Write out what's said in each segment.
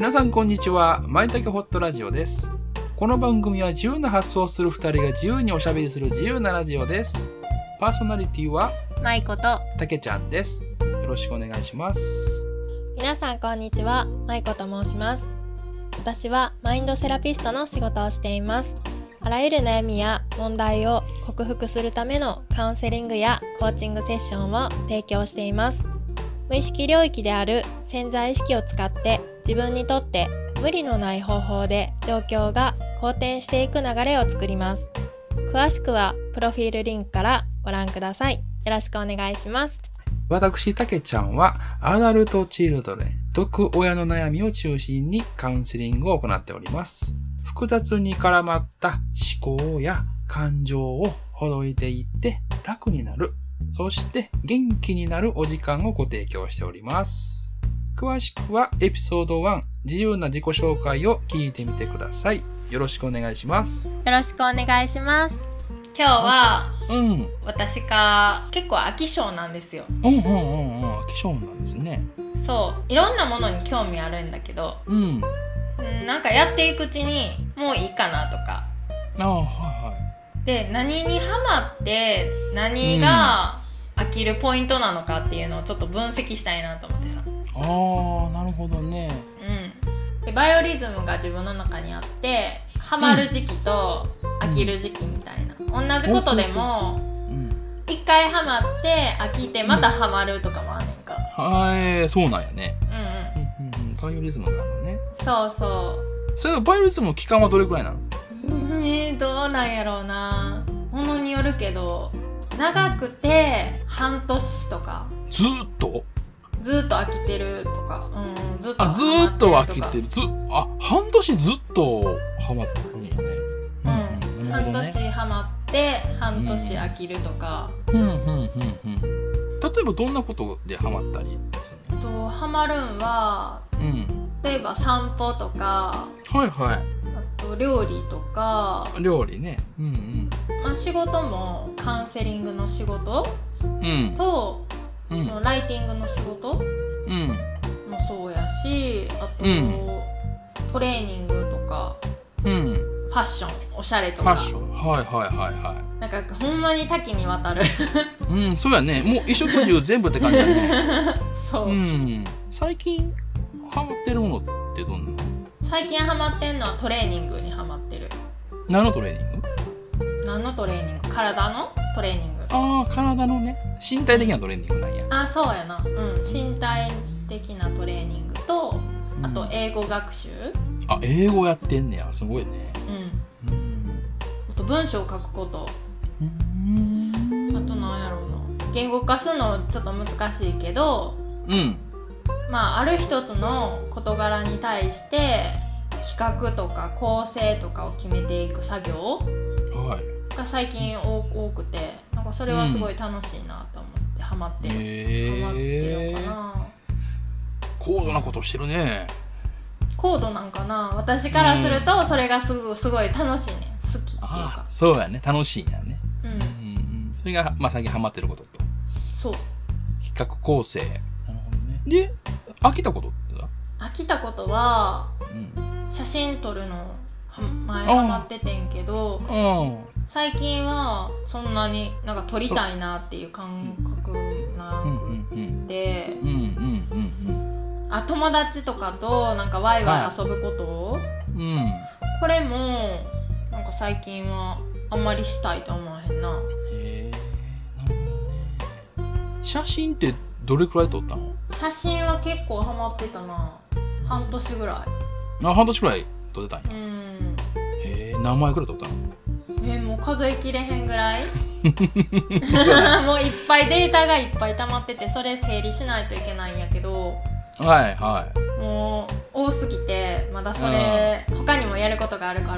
皆さんこんにちは。まいたけホットラジオです。この番組は自由な発想をする2人が自由におしゃべりする自由なラジオです。パーソナリティはまいことたけちゃんです。よろしくお願いします。 皆さんこんにちは。まいこと申します。私はマインドセラピストの仕事をしています。あらゆる悩みや問題を克服するためのカウンセリングやコーチングセッションを提供しています。無意識領域である潜在意識を使って自分にとって無理のない方法で状況が好転していく流れを作ります。詳しくはプロフィールリンクからご覧ください。よろしくお願いします。 私、たけちゃんはアダルトチルドレン、毒親の悩みを中心にカウンセリングを行っております。複雑に絡まった思考や感情をほどいていって楽になる。そして元気になるお時間をご提供しております。詳しくはエピソード1、自由な自己紹介を聞いてみてください。よろしくお願いします。 よろしくお願いします。今日は、私が結構飽き性なんですよ。 飽き性なんですね。 そう、いろんなものに興味あるんだけど、なんかやっていくうちにもういいかなとか。で、何にハマって何が飽きるポイントなのかっていうのをちょっと分析したいなと思ってさ。 なるほどね。 でバイオリズムが自分の中にあって、ハマる時期と飽きる時期みたいな、同じことでも一回ハマって飽きてまたハマるとかもあんねんか。 そうなんやね。バイオリズムがあるのね。 そうそう。 それバイオリズムの期間はどれくらいなの？ どうなんやろうな。ものによるけど、長くて半年とか。 ずーっと飽きてるとか。ずっと飽きてる。半年ずっとハマってるんやね。 半年ハマって半年飽きるとか。 例えばどんなことでハマったりするの？ ハマるんは、例えば散歩とか、あと料理とか。 料理ね。 仕事もカウンセリングの仕事、と、そのライティングの仕事、もそうやし、あと、トレーニングとか、ファッション、おしゃれとか。なんかほんまに多岐にわたる。 そうやね。もう衣食住全部って感じだね。 そう。 最近ハマってるものってどんなの？ 最近ハマってんのはトレーニングにハマってる。 何のトレーニング？ 体のトレーニング。 体のね。身体的なトレーニングなんや。 そうやな。身体的なトレーニングと、あと英語学習。 英語やってんねや。すごいね。 あと文章を書くこと。あとなんやろうな。言語化するのちょっと難しいけど、ある一つの事柄に対して企画とか構成とかを決めていく作業が最近多くて、なんかそれはすごい楽しいなと思ってハマってるのかな。 高度なことしてるね。 高度なんかな。私からするとそれがすごい楽しいね。好きっていうか。 そうやね。楽しいんやね。それが最近ハマってることと。 そう。 企画構成。なるほどね。で、飽きたことって飽きたことは、写真撮るの前ハマっててんけど、最近はそんなになんか撮りたいなっていう感覚なくて、友達とかとなんかワイワイ遊ぶこと、これもなんか最近はあんまりしたいと思わへんな。 なるほどね。写真ってどれくらい撮ったの？ 写真は結構ハマってたな。半年ぐらい。 半年くらい撮ってたんや。何枚くらい撮ったの？ もう数えきれへんぐらい。もういっぱいデータがいっぱい溜まってて、それ整理しないといけないんやけど、もう多すぎてまだそれ、他にもやることがあるから、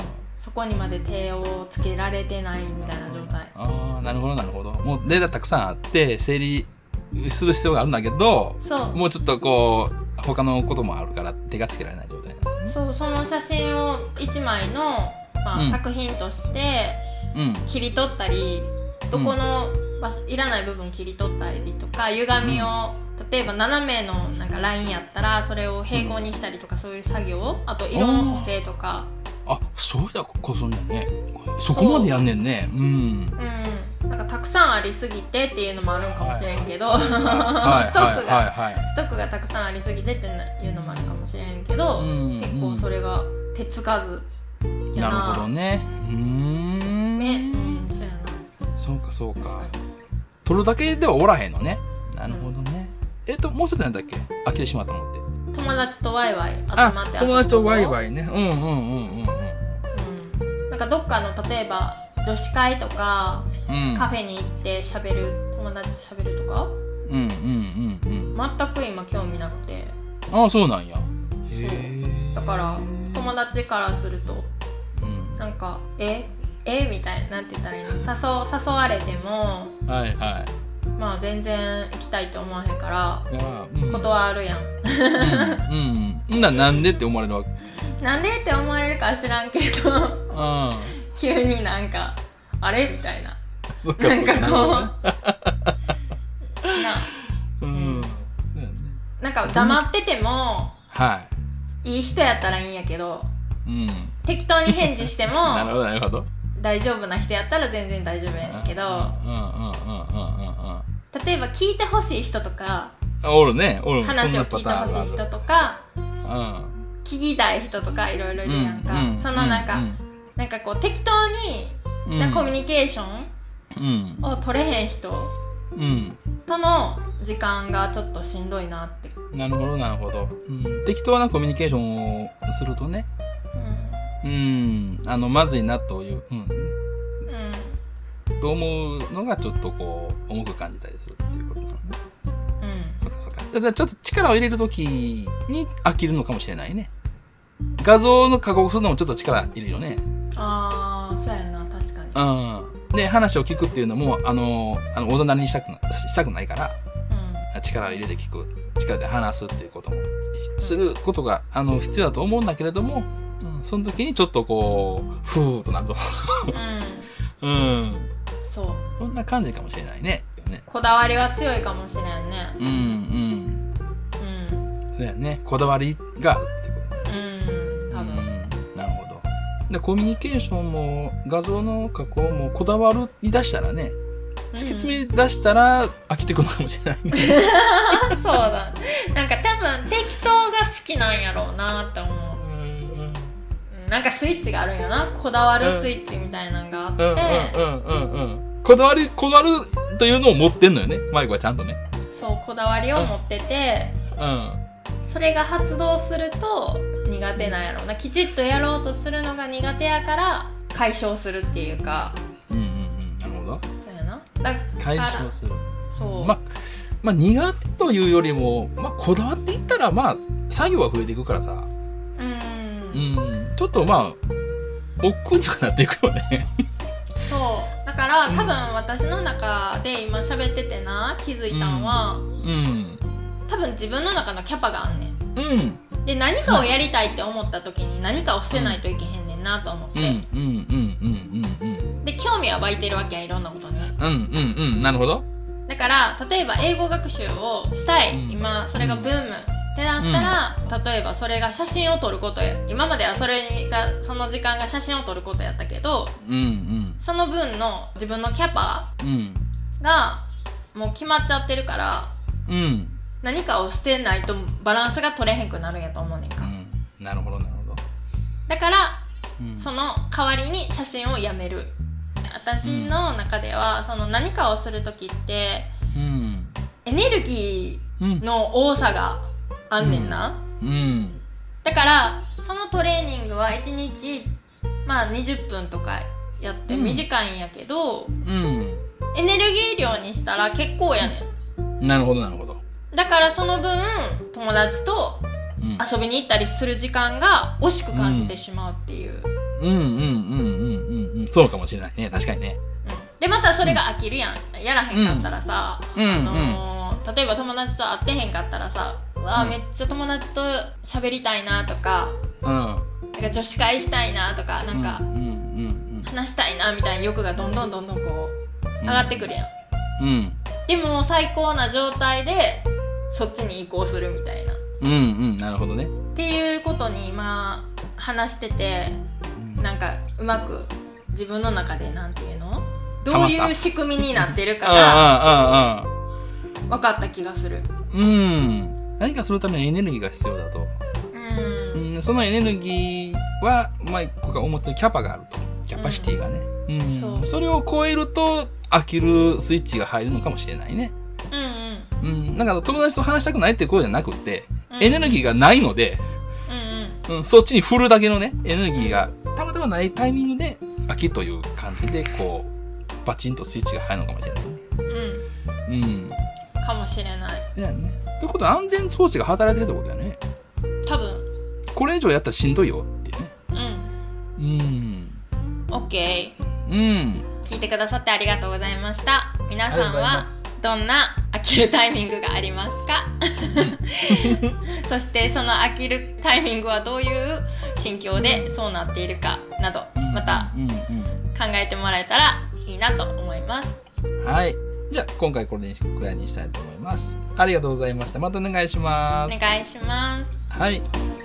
そこにまで手をつけられてないみたいな状態。 なるほど。もうデータたくさんあって整理する必要があるんだけど、もうちょっとこう他のこともあるから手がつけられない状態なのね。 その写真を1枚の、作品として切り取ったり、どこのいらない部分切り取ったりとか、歪みを例えば斜めのなんかラインやったらそれを平行にしたりとか、そういう作業、あと色の補正とか。 そうだこそんだね。そこまでやんねんね。 なんかたくさんありすぎてっていうのもあるんかもしれんけど、ストックがたくさんありすぎてっていうのもあるかもしれんけど、結構それが手つかずやな。 なるほどね。 そうやな。 そうか。取るだけではおらへんのね。なるほどね。もう一つなんだっけ、飽きてしまったのって。 友達とワイワイ集まって遊ぶ。 友達とワイワイね。 なんかどっかの例えば女子会とか、カフェに行って喋る、友達と喋るとか。全く今興味なくて。 そうなんや。 だから友達からすると、なんかみたいな、なんて言ったらいいの、誘われても、まあ全然行きたいと思わへんから断るやん。 なんでって思われるわけ。 なんでって思われるか知らんけど、急になんかあれみたいな。なんかこうなんか黙っててもいい人やったらいいんやけど、適当に返事してもなるほど大丈夫な人やったら全然大丈夫やねんけど、例えば聞いてほしい人とか、 おる話を聞いてほしい人とか、聞きたい人とかいろいろいるやんか。そのなんかこう適当にコミュニケーションを取れへん人との時間がちょっとしんどいなって。 なるほど。適当なコミュニケーションをするとね、まずいなという、と思うのがちょっとこう重く感じたりするっていうことなのね。そうか。だからちょっと力を入れるときに飽きるのかもしれないね。画像の加工するのもちょっと力入れるよね。 そうやな、確かに。で、話を聞くっていうのもおざなりにしたくないから、力を入れて聞く、力で話すっていうこともすることが必要だと思うんだけれども、その時にちょっとこうふーっとなるとそう、 そんな感じかもしれないね。 こだわりは強いかもしれんね。 そうやね、こだわりがあるってことね。 多分。 なるほど。でコミュニケーションも画像の加工もこだわり出したらね、突き詰め出したら飽きてくるかもしれないね。 そうだ。なんか多分適当が好きなんやろうなって思う。なんかスイッチがあるんよな。こだわるスイッチみたいなのがあって、 こだわるというのを持ってんのよね、マイクはちゃんとね。 そう、こだわりを持ってて、それが発動すると苦手なんやろうな。きちっとやろうとするのが苦手やから解消するっていうか。 なるほど。 そうやな。 解消する。 そう。 まあ苦手というよりも、こだわっていったら作業は増えていくからさ。ちょっと億劫にはなっていくよね。 そうだから多分私の中で今喋ってて気づいたのは、多分自分の中のキャパがあんねん。で何かをやりたいって思った時に何かをしてないといけへんねんなと思って。で興味は湧いてるわけや、いろんなことに。 なるほど。 だから例えば英語学習をしたい、今それがブームってなったら、例えばそれが写真を撮ることや。今まではその時間が写真を撮ることやったけど、その分の自分のキャパがもう決まっちゃってるから、何かを捨てないとバランスが取れへんくなるんやと思うねんか。 なるほど。 だから、その代わりに写真をやめる。私の中ではその何かをするときって、エネルギーの多さがあんねんな。だからそのトレーニングは1日20分とかやって短いんやけど、エネルギー量にしたら結構やねん。なるほど。 だからその分友達と遊びに行ったりする時間が惜しく感じてしまうっていう。 そうかもしれないね、確かにね。 でまたそれが飽きるやん。やらへんかったらさ、例えば友達と会ってへんかったらさ、めっちゃ友達と喋りたいなとか、なんか女子会したいなとか、なんか話したいなみたいな欲がどんどんこう上がってくるやん。でも最高な状態でそっちに移行するみたいな。 うんうん、なるほどね。 っていうことに今話してて、なんかうまく自分の中でなんていうの、どういう仕組みになってるかが分かった気がする。 何かするためにエネルギーが必要だと。そのエネルギーは、ここが表にキャパがあると。キャパシティがね。それを超えると飽きるスイッチが入るのかもしれないね。だから友達と話したくないってことじゃなくって、エネルギーがないので、そっちに振るだけのね、エネルギーがたまたまないタイミングで飽きという感じで、こう、バチンとスイッチが入るのかもしれないね。 かもしれない。 だよね。ということは安全装置が働いてるってことだよね。 多分。 これ以上やったらしんどいよってね。 OK。聞いてくださってありがとうございました。皆さんはどんな飽きるタイミングがありますか？そしてその飽きるタイミングはどういう心境でそうなっているかなど、また考えてもらえたらいいなと思います。 はい。じゃあ今回これくらいにしたいと思います。ありがとうございました。またお願いします。 お願いします。 はい。